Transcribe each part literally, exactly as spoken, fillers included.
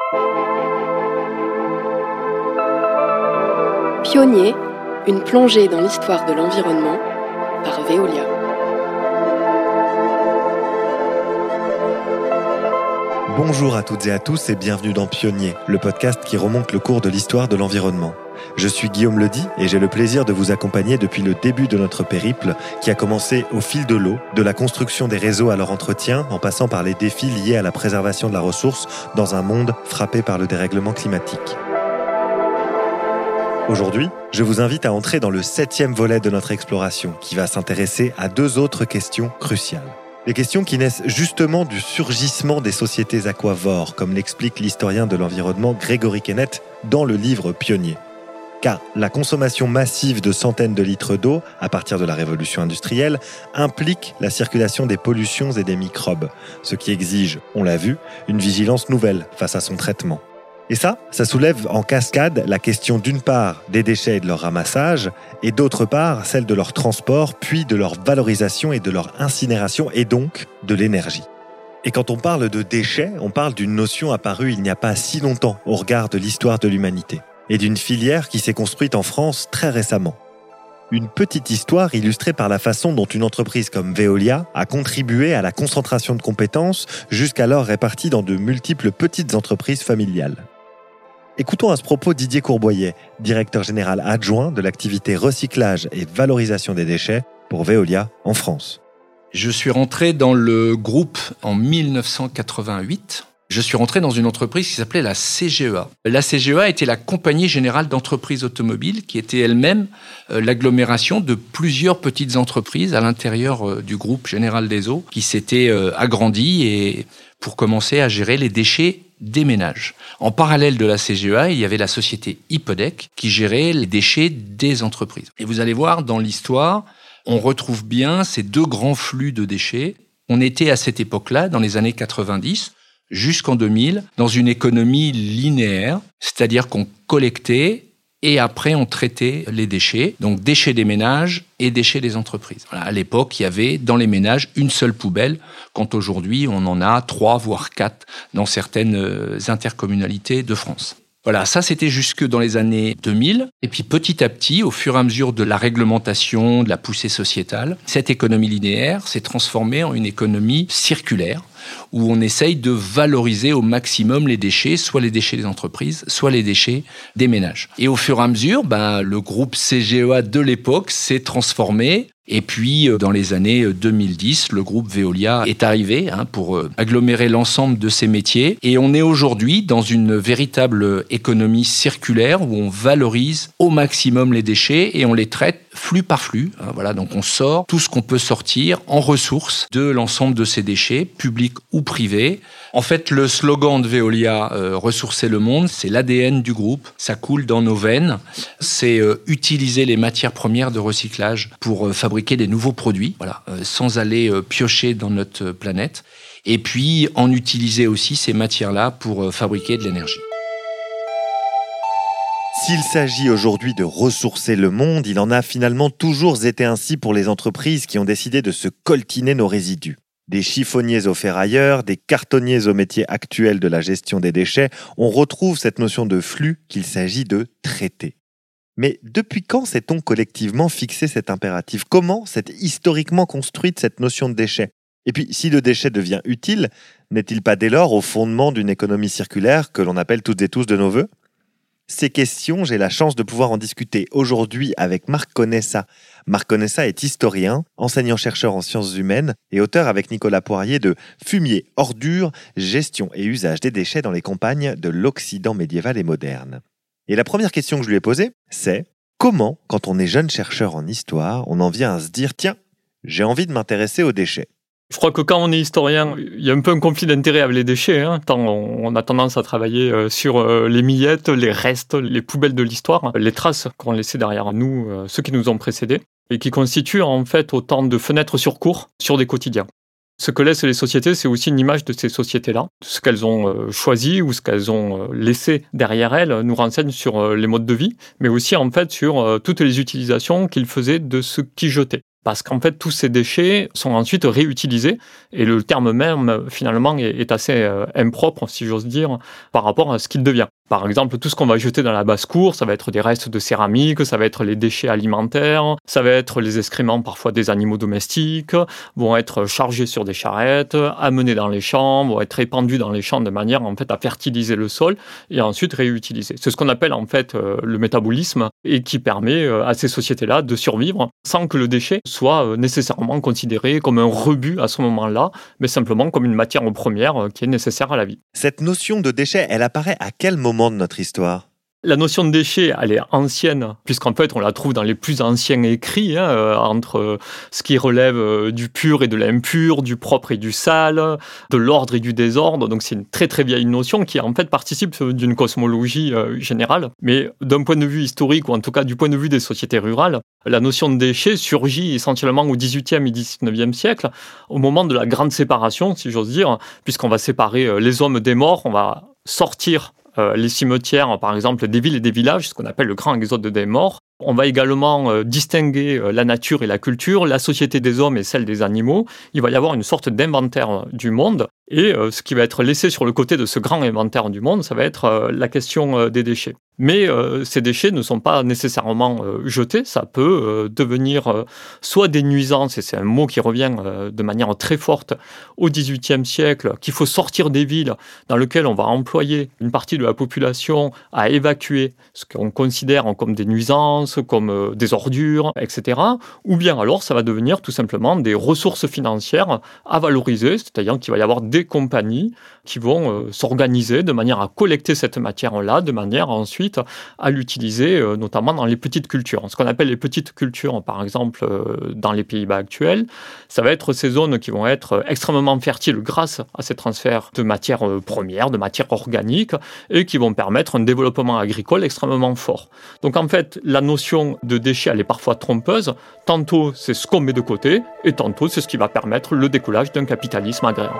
Pionnier, une plongée dans l'histoire de l'environnement par Veolia. Bonjour à toutes et à tous et bienvenue dans Pionnier, le podcast qui remonte le cours de l'histoire de l'environnement. Je suis Guillaume Ledy et j'ai le plaisir de vous accompagner depuis le début de notre périple qui a commencé au fil de l'eau, de la construction des réseaux à leur entretien, en passant par les défis liés à la préservation de la ressource dans un monde frappé par le dérèglement climatique. Aujourd'hui, je vous invite à entrer dans le septième volet de notre exploration qui va s'intéresser à deux autres questions cruciales. Des questions qui naissent justement du surgissement des sociétés aquavores, comme l'explique l'historien de l'environnement Gregory Kenneth dans le livre Pionnier. Car la consommation massive de centaines de litres d'eau, à partir de la révolution industrielle, implique la circulation des pollutions et des microbes, ce qui exige, on l'a vu, une vigilance nouvelle face à son traitement. Et ça, ça soulève en cascade la question d'une part des déchets et de leur ramassage, et d'autre part celle de leur transport, puis de leur valorisation et de leur incinération, et donc de l'énergie. Et quand on parle de déchets, on parle d'une notion apparue il n'y a pas si longtemps au regard de l'histoire de l'humanité, et d'une filière qui s'est construite en France très récemment. Une petite histoire illustrée par la façon dont une entreprise comme Veolia a contribué à la concentration de compétences, jusqu'alors réparties dans de multiples petites entreprises familiales. Écoutons à ce propos Didier Courboyet, directeur général adjoint de l'activité recyclage et valorisation des déchets pour Veolia en France. Je suis rentré dans le groupe en dix-neuf cent quatre-vingt-huit. Je suis rentré dans une entreprise qui s'appelait la C G E A. La C G E A était la Compagnie Générale d'Entreprises Automobiles, qui était elle-même euh, l'agglomération de plusieurs petites entreprises à l'intérieur euh, du groupe Général des Eaux, qui s'était euh, agrandi et pour commencer à gérer les déchets des ménages. En parallèle de la C G E A, il y avait la société Hypodec qui gérait les déchets des entreprises. Et vous allez voir, dans l'histoire, on retrouve bien ces deux grands flux de déchets. On était à cette époque-là, dans les années quatre-vingt-dix, jusqu'en deux mille, dans une économie linéaire, c'est-à-dire qu'on collectait et après on traitait les déchets, donc déchets des ménages et déchets des entreprises. Voilà, à l'époque, il y avait dans les ménages une seule poubelle, quand aujourd'hui on en a trois, voire quatre dans certaines intercommunalités de France. Voilà, ça c'était jusque dans les années deux mille. Et puis petit à petit, au fur et à mesure de la réglementation, de la poussée sociétale, cette économie linéaire s'est transformée en une économie circulaire, où on essaye de valoriser au maximum les déchets, soit les déchets des entreprises, soit les déchets des ménages. Et au fur et à mesure, ben, le groupe C G E A de l'époque s'est transformé. Et puis, dans les années deux mille dix, le groupe Veolia est arrivé hein, pour agglomérer l'ensemble de ces métiers. Et on est aujourd'hui dans une véritable économie circulaire où on valorise au maximum les déchets et on les traite flux par flux. Voilà, donc on sort tout ce qu'on peut sortir en ressources de l'ensemble de ces déchets, publics ou privés. En fait, le slogan de Veolia, euh, ressourcer le monde, c'est l'A D N du groupe. Ça coule dans nos veines. C'est euh, utiliser les matières premières de recyclage pour euh, fabriquer des nouveaux produits, voilà, euh, sans aller euh, piocher dans notre planète. Et puis, en utiliser aussi ces matières-là pour euh, fabriquer de l'énergie. S'il s'agit aujourd'hui de ressourcer le monde, il en a finalement toujours été ainsi pour les entreprises qui ont décidé de se coltiner nos résidus. Des chiffonniers aux ferrailleurs, des cartonniers aux métiers actuels de la gestion des déchets, on retrouve cette notion de flux qu'il s'agit de traiter. Mais depuis quand s'est-on collectivement fixé cet impératif ? Comment s'est historiquement construite cette notion de déchet ? Et puis, si le déchet devient utile, n'est-il pas dès lors au fondement d'une économie circulaire que l'on appelle toutes et tous de nos vœux ? Ces questions, j'ai la chance de pouvoir en discuter aujourd'hui avec Marc Conessa. Marc Conessa est historien, enseignant-chercheur en sciences humaines et auteur avec Nicolas Poirier de « Fumier, ordures, gestion et usage des déchets dans les campagnes de l'Occident médiéval et moderne ». Et la première question que je lui ai posée, c'est comment, quand on est jeune chercheur en histoire, on en vient à se dire « Tiens, j'ai envie de m'intéresser aux déchets ». Je crois que quand on est historien, il y a un peu un conflit d'intérêts avec les déchets. Hein, tant on a tendance à travailler sur les miettes, les restes, les poubelles de l'histoire, les traces qu'ont laissées derrière nous, ceux qui nous ont précédés, et qui constituent en fait autant de fenêtres sur cours sur des quotidiens. Ce que laissent les sociétés, c'est aussi une image de ces sociétés-là. Ce qu'elles ont choisi ou ce qu'elles ont laissé derrière elles nous renseigne sur les modes de vie, mais aussi en fait sur toutes les utilisations qu'ils faisaient de ce qu'ils jetaient. Parce qu'en fait, tous ces déchets sont ensuite réutilisés et le terme même, finalement, est assez euh, impropre, si j'ose dire, par rapport à ce qu'il devient. Par exemple, tout ce qu'on va jeter dans la basse-cour, ça va être des restes de céramique, ça va être les déchets alimentaires, ça va être les excréments parfois des animaux domestiques, vont être chargés sur des charrettes, amenés dans les champs, vont être répandus dans les champs de manière en fait à fertiliser le sol et ensuite réutilisés. C'est ce qu'on appelle en fait euh, le métabolisme et qui permet euh, à ces sociétés-là de survivre sans que le déchet soit euh, nécessairement considéré comme un rebut à ce moment-là, mais simplement comme une matière première euh, qui est nécessaire à la vie. Cette notion de déchet, elle apparaît à quel moment de notre histoire ? La notion de déchet, elle est ancienne, puisqu'en fait, on la trouve dans les plus anciens écrits, hein, euh, entre euh, ce qui relève euh, du pur et de l'impur, du propre et du sale, de l'ordre et du désordre. Donc, c'est une très, très vieille notion qui, en fait, participe d'une cosmologie euh, générale. Mais d'un point de vue historique, ou en tout cas du point de vue des sociétés rurales, la notion de déchet surgit essentiellement au dix-huitième et dix-neuvième siècle, au moment de la grande séparation, si j'ose dire, puisqu'on va séparer euh, les hommes des morts, on va sortir Euh, les cimetières, par exemple, des villes et des villages, ce qu'on appelle le grand exode des morts. On va également euh, distinguer euh, la nature et la culture, la société des hommes et celle des animaux. Il va y avoir une sorte d'inventaire du monde. Et euh, ce qui va être laissé sur le côté de ce grand inventaire du monde, ça va être euh, la question euh, des déchets. Mais euh, ces déchets ne sont pas nécessairement euh, jetés. Ça peut euh, devenir euh, soit des nuisances, et c'est un mot qui revient euh, de manière très forte au dix-huitième siècle, qu'il faut sortir des villes dans lesquelles on va employer une partie de la population à évacuer ce qu'on considère comme des nuisances, comme euh, des ordures, et cetera. Ou bien alors, ça va devenir tout simplement des ressources financières à valoriser, c'est-à-dire qu'il va y avoir des compagnies qui vont euh, s'organiser de manière à collecter cette matière-là, de manière ensuite à l'utiliser, euh, notamment dans les petites cultures. Ce qu'on appelle les petites cultures, par exemple, euh, dans les Pays-Bas actuels, ça va être ces zones qui vont être extrêmement fertiles grâce à ces transferts de matières euh, premières, de matières organiques, et qui vont permettre un développement agricole extrêmement fort. Donc en fait, la notion de déchet, elle est parfois trompeuse. Tantôt, c'est ce qu'on met de côté, et tantôt, c'est ce qui va permettre le décollage d'un capitalisme agraire.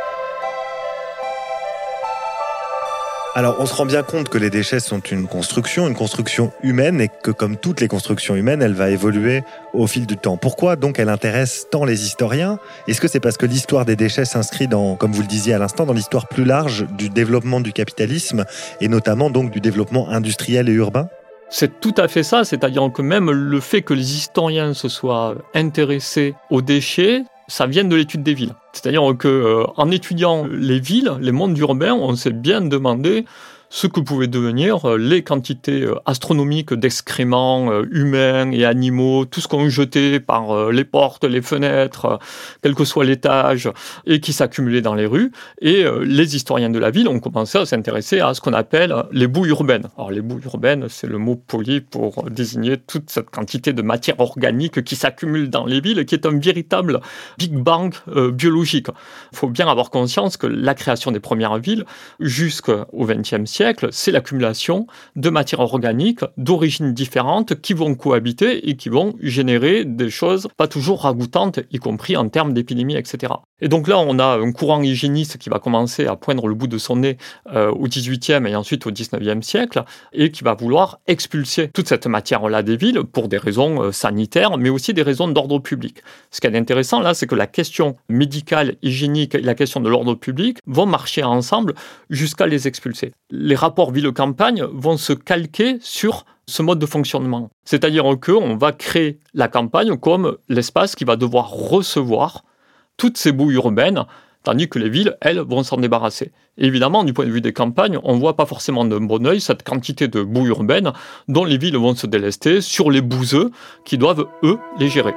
Alors, on se rend bien compte que les déchets sont une construction, une construction humaine, et que comme toutes les constructions humaines, elle va évoluer au fil du temps. Pourquoi donc elle intéresse tant les historiens ? Est-ce que c'est parce que l'histoire des déchets s'inscrit dans, comme vous le disiez à l'instant, dans l'histoire plus large du développement du capitalisme, et notamment donc du développement industriel et urbain ? C'est tout à fait ça, c'est-à-dire que même le fait que les historiens se soient intéressés aux déchets, ça vient de l'étude des villes. C'est-à-dire qu'en euh, étudiant les villes, les mondes urbains, on s'est bien demandé ce que pouvaient devenir les quantités astronomiques d'excréments humains et animaux, tout ce qu'on jetait par les portes, les fenêtres, quel que soit l'étage, et qui s'accumulait dans les rues. Et les historiens de la ville ont commencé à s'intéresser à ce qu'on appelle les boues urbaines. Alors les boues urbaines, c'est le mot poli pour désigner toute cette quantité de matière organique qui s'accumule dans les villes, qui est un véritable Big Bang euh, biologique. Il faut bien avoir conscience que la création des premières villes, jusqu'au vingtième siècle, c'est l'accumulation de matières organiques d'origines différentes qui vont cohabiter et qui vont générer des choses pas toujours ragoûtantes, y compris en termes d'épidémies, et cetera. Et donc là, on a un courant hygiéniste qui va commencer à poindre le bout de son nez euh, au dix-huitième et ensuite au dix-neuvième siècle et qui va vouloir expulser toute cette matière-là des villes pour des raisons euh, sanitaires, mais aussi des raisons d'ordre public. Ce qui est intéressant là, c'est que la question médicale, hygiénique et la question de l'ordre public vont marcher ensemble jusqu'à les expulser. Les rapports ville-campagne vont se calquer sur ce mode de fonctionnement. C'est-à-dire qu'on va créer la campagne comme l'espace qui va devoir recevoir toutes ces boues urbaines, tandis que les villes, elles, vont s'en débarrasser. Et évidemment, du point de vue des campagnes, on ne voit pas forcément d'un bon œil cette quantité de boues urbaines dont les villes vont se délester sur les bouseux qui doivent, eux, les gérer.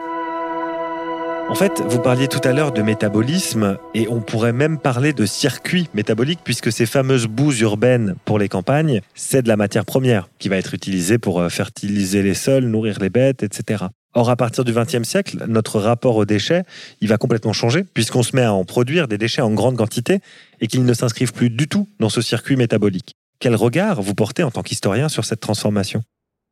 En fait, vous parliez tout à l'heure de métabolisme et on pourrait même parler de circuit métabolique puisque ces fameuses boues urbaines pour les campagnes, c'est de la matière première qui va être utilisée pour fertiliser les sols, nourrir les bêtes, et cetera. Or, à partir du vingtième siècle, notre rapport aux déchets, il va complètement changer puisqu'on se met à en produire des déchets en grande quantité et qu'ils ne s'inscrivent plus du tout dans ce circuit métabolique. Quel regard vous portez en tant qu'historien sur cette transformation ?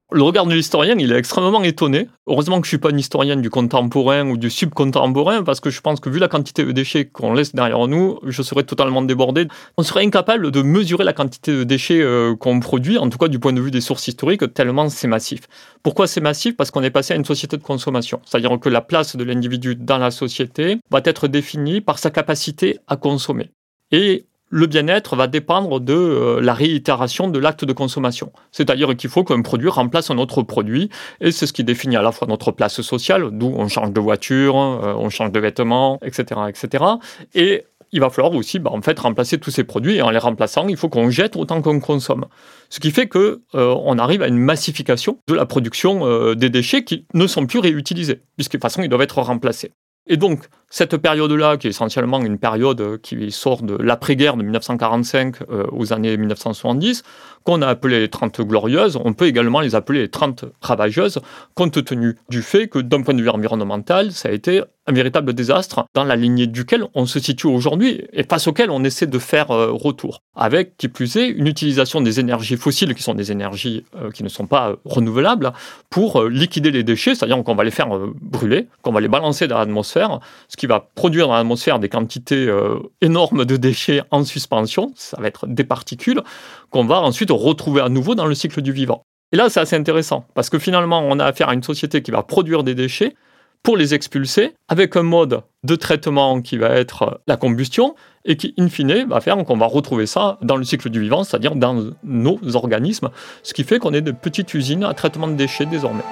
Le regard de l'historien, il est extrêmement étonné. Heureusement que je ne suis pas un historien du contemporain ou du subcontemporain, parce que je pense que vu la quantité de déchets qu'on laisse derrière nous, je serais totalement débordé. On serait incapable de mesurer la quantité de déchets euh, qu'on produit, en tout cas du point de vue des sources historiques, tellement c'est massif. Pourquoi c'est massif ? Parce qu'on est passé à une société de consommation. C'est-à-dire que la place de l'individu dans la société va être définie par sa capacité à consommer. Et le bien-être va dépendre de euh, la réitération de l'acte de consommation. C'est-à-dire qu'il faut qu'un produit remplace un autre produit, et c'est ce qui définit à la fois notre place sociale, d'où on change de voiture, euh, on change de vêtements, et cetera, et cetera. Et il va falloir aussi bah, en fait, remplacer tous ces produits, et en les remplaçant, il faut qu'on jette autant qu'on consomme. Ce qui fait qu'on euh, arrive à une massification de la production euh, des déchets qui ne sont plus réutilisés, puisque de toute façon, ils doivent être remplacés. Et donc, cette période-là, qui est essentiellement une période qui sort de l'après-guerre de dix-neuf cent quarante-cinq euh, aux années dix-neuf cent soixante-dix, qu'on a appelé les Trente Glorieuses, on peut également les appeler les Trente Ravageuses, compte tenu du fait que, d'un point de vue environnemental, ça a été un véritable désastre dans la lignée duquel on se situe aujourd'hui et face auquel on essaie de faire euh, retour. Avec, qui plus est, une utilisation des énergies fossiles, qui sont des énergies euh, qui ne sont pas euh, renouvelables, pour euh, liquider les déchets, c'est-à-dire qu'on va les faire euh, brûler, qu'on va les balancer dans l'atmosphère, ce qui va produire dans l'atmosphère des quantités euh, énormes de déchets en suspension, ça va être des particules, qu'on va ensuite retrouver à nouveau dans le cycle du vivant. Et là, c'est assez intéressant, parce que finalement, on a affaire à une société qui va produire des déchets pour les expulser, avec un mode de traitement qui va être la combustion, et qui, in fine, va faire qu'on va retrouver ça dans le cycle du vivant, c'est-à-dire dans nos organismes, ce qui fait qu'on est de petites usines à traitement de déchets désormais.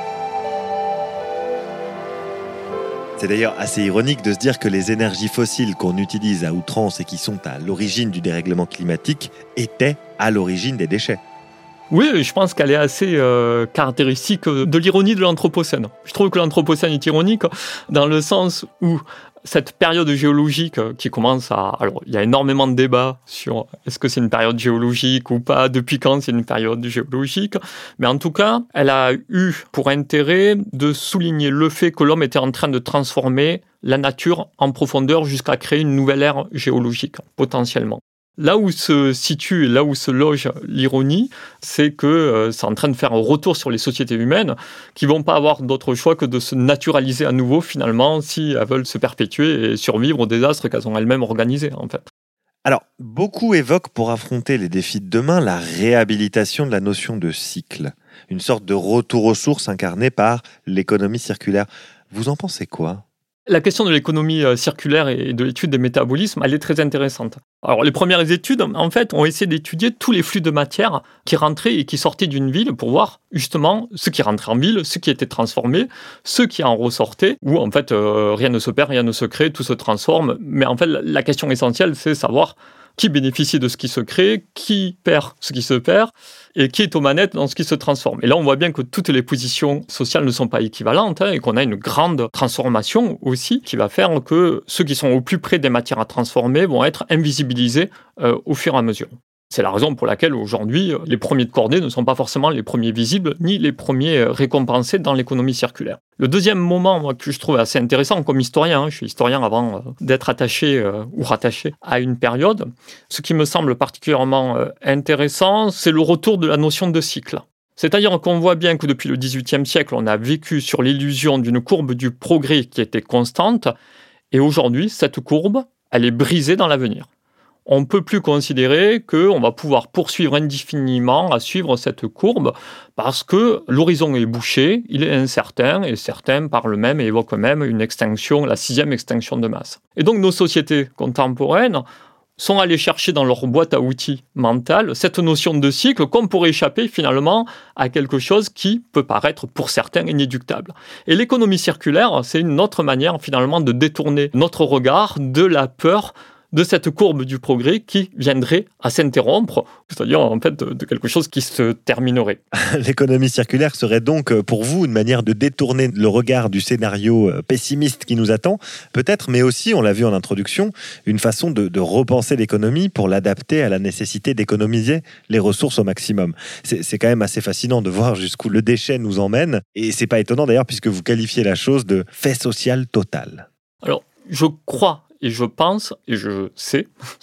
C'est d'ailleurs assez ironique de se dire que les énergies fossiles qu'on utilise à outrance et qui sont à l'origine du dérèglement climatique étaient à l'origine des déchets. Oui, je pense qu'elle est assez euh, caractéristique de l'ironie de l'Anthropocène. Je trouve que l'Anthropocène est ironique dans le sens où cette période géologique qui commence à... Alors, il y a énormément de débats sur est-ce que c'est une période géologique ou pas, depuis quand c'est une période géologique, mais en tout cas, elle a eu pour intérêt de souligner le fait que l'homme était en train de transformer la nature en profondeur jusqu'à créer une nouvelle ère géologique, potentiellement. Là où se situe et là où se loge l'ironie, c'est que euh, c'est en train de faire un retour sur les sociétés humaines qui vont pas avoir d'autre choix que de se naturaliser à nouveau finalement si elles veulent se perpétuer et survivre aux désastres qu'elles ont elles-mêmes organisés en fait. Alors, beaucoup évoquent pour affronter les défis de demain la réhabilitation de la notion de cycle, une sorte de retour aux sources incarné par l'économie circulaire. Vous en pensez quoi ? La question de l'économie circulaire et de l'étude des métabolismes, elle est très intéressante. Alors, les premières études, en fait, ont essayé d'étudier tous les flux de matière qui rentraient et qui sortaient d'une ville pour voir, justement, ce qui rentrait en ville, ce qui était transformé, ce qui en ressortait, où, en fait, euh, rien ne se perd, rien ne se crée, tout se transforme. Mais en fait, la question essentielle, c'est savoir qui bénéficie de ce qui se crée, qui perd ce qui se perd, et qui est aux manettes dans ce qui se transforme. Et là, on voit bien que toutes les positions sociales ne sont pas équivalentes, hein, et qu'on a une grande transformation aussi, qui va faire que ceux qui sont au plus près des matières à transformer vont être invisibilisés euh, au fur et à mesure. C'est la raison pour laquelle, aujourd'hui, les premiers de cordée ne sont pas forcément les premiers visibles, ni les premiers récompensés dans l'économie circulaire. Le deuxième moment moi, que je trouve assez intéressant comme historien, hein, je suis historien avant euh, d'être attaché euh, ou rattaché à une période, ce qui me semble particulièrement euh, intéressant, c'est le retour de la notion de cycle. C'est-à-dire qu'on voit bien que depuis le dix-huitième siècle, on a vécu sur l'illusion d'une courbe du progrès qui était constante, et aujourd'hui, cette courbe, elle est brisée dans l'avenir. On ne peut plus considérer qu'on va pouvoir poursuivre indéfiniment à suivre cette courbe parce que l'horizon est bouché, il est incertain, et certains parlent même et évoquent même une extinction, la sixième extinction de masse. Et donc nos sociétés contemporaines sont allées chercher dans leur boîte à outils mentale cette notion de cycle qu'on pourrait échapper finalement à quelque chose qui peut paraître pour certains inéluctable. Et l'économie circulaire, c'est une autre manière finalement de détourner notre regard de la peur de cette courbe du progrès qui viendrait à s'interrompre, c'est-à-dire en fait de, de quelque chose qui se terminerait. L'économie circulaire serait donc pour vous une manière de détourner le regard du scénario pessimiste qui nous attend, peut-être, mais aussi, on l'a vu en introduction, une façon de, de repenser l'économie pour l'adapter à la nécessité d'économiser les ressources au maximum. C'est, c'est quand même assez fascinant de voir jusqu'où le déchet nous emmène, et c'est pas étonnant d'ailleurs puisque vous qualifiez la chose de fait social total. Alors, je crois et je pense, et je sais, c'est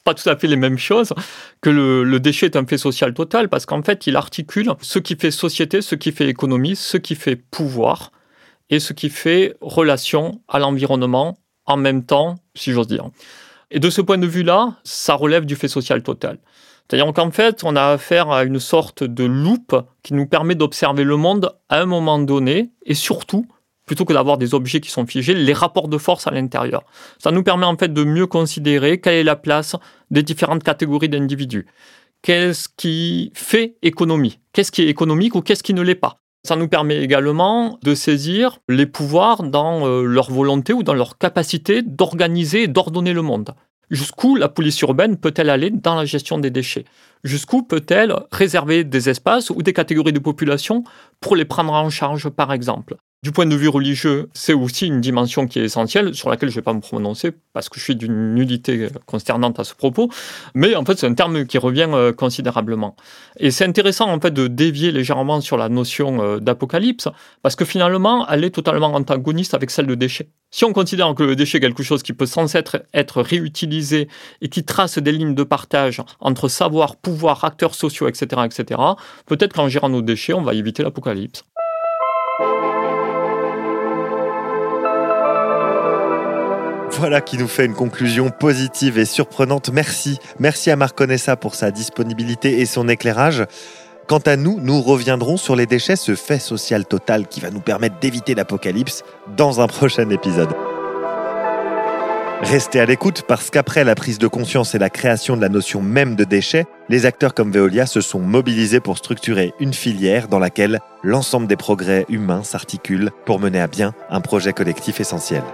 pas tout à fait les mêmes choses, que le, le déchet est un fait social total, parce qu'en fait, il articule ce qui fait société, ce qui fait économie, ce qui fait pouvoir, et ce qui fait relation à l'environnement en même temps, si j'ose dire. Et de ce point de vue-là, ça relève du fait social total. C'est-à-dire qu'en fait, on a affaire à une sorte de loupe qui nous permet d'observer le monde à un moment donné, et surtout, plutôt que d'avoir des objets qui sont figés, les rapports de force à l'intérieur. Ça nous permet en fait de mieux considérer quelle est la place des différentes catégories d'individus. Qu'est-ce qui fait économie ? Qu'est-ce qui est économique ou qu'est-ce qui ne l'est pas ? Ça nous permet également de saisir les pouvoirs dans euh, leur volonté ou dans leur capacité d'organiser et d'ordonner le monde. Jusqu'où la police urbaine peut-elle aller dans la gestion des déchets ? Jusqu'où peut-elle réserver des espaces ou des catégories de population pour les prendre en charge, par exemple ? Du point de vue religieux, c'est aussi une dimension qui est essentielle, sur laquelle je ne vais pas me prononcer parce que je suis d'une nullité consternante à ce propos, mais en fait c'est un terme qui revient euh, considérablement. Et c'est intéressant en fait de dévier légèrement sur la notion euh, d'apocalypse, parce que finalement elle est totalement antagoniste avec celle de déchet. Si on considère que le déchet est quelque chose qui peut sans être, être réutilisé et qui trace des lignes de partage entre savoir, pouvoir, acteurs sociaux, et cetera, et cetera, peut-être qu'en gérant nos déchets, on va éviter l'apocalypse. Voilà qui nous fait une conclusion positive et surprenante. Merci. Merci à Marc Conessa pour sa disponibilité et son éclairage. Quant à nous, nous reviendrons sur les déchets, ce fait social total qui va nous permettre d'éviter l'apocalypse dans un prochain épisode. Restez à l'écoute parce qu'après la prise de conscience et la création de la notion même de déchets, les acteurs comme Veolia se sont mobilisés pour structurer une filière dans laquelle l'ensemble des progrès humains s'articulent pour mener à bien un projet collectif essentiel.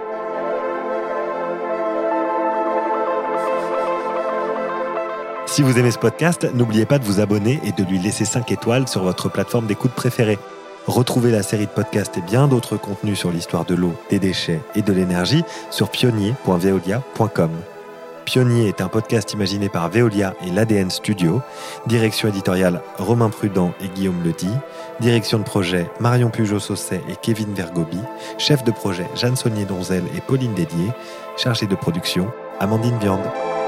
Si vous aimez ce podcast, n'oubliez pas de vous abonner et de lui laisser cinq étoiles sur votre plateforme d'écoute préférée. Retrouvez la série de podcasts et bien d'autres contenus sur l'histoire de l'eau, des déchets et de l'énergie sur pionnier point veolia point com. Pionnier est un podcast imaginé par Veolia et l'A D N Studio. Direction éditoriale Romain Prudent et Guillaume Ledy. Direction de projet Marion Pugeot-Sausset et Kevin Vergobi. Chef de projet Jeanne Saunier-Donzel et Pauline Dédier. Chargée de production Amandine Viande.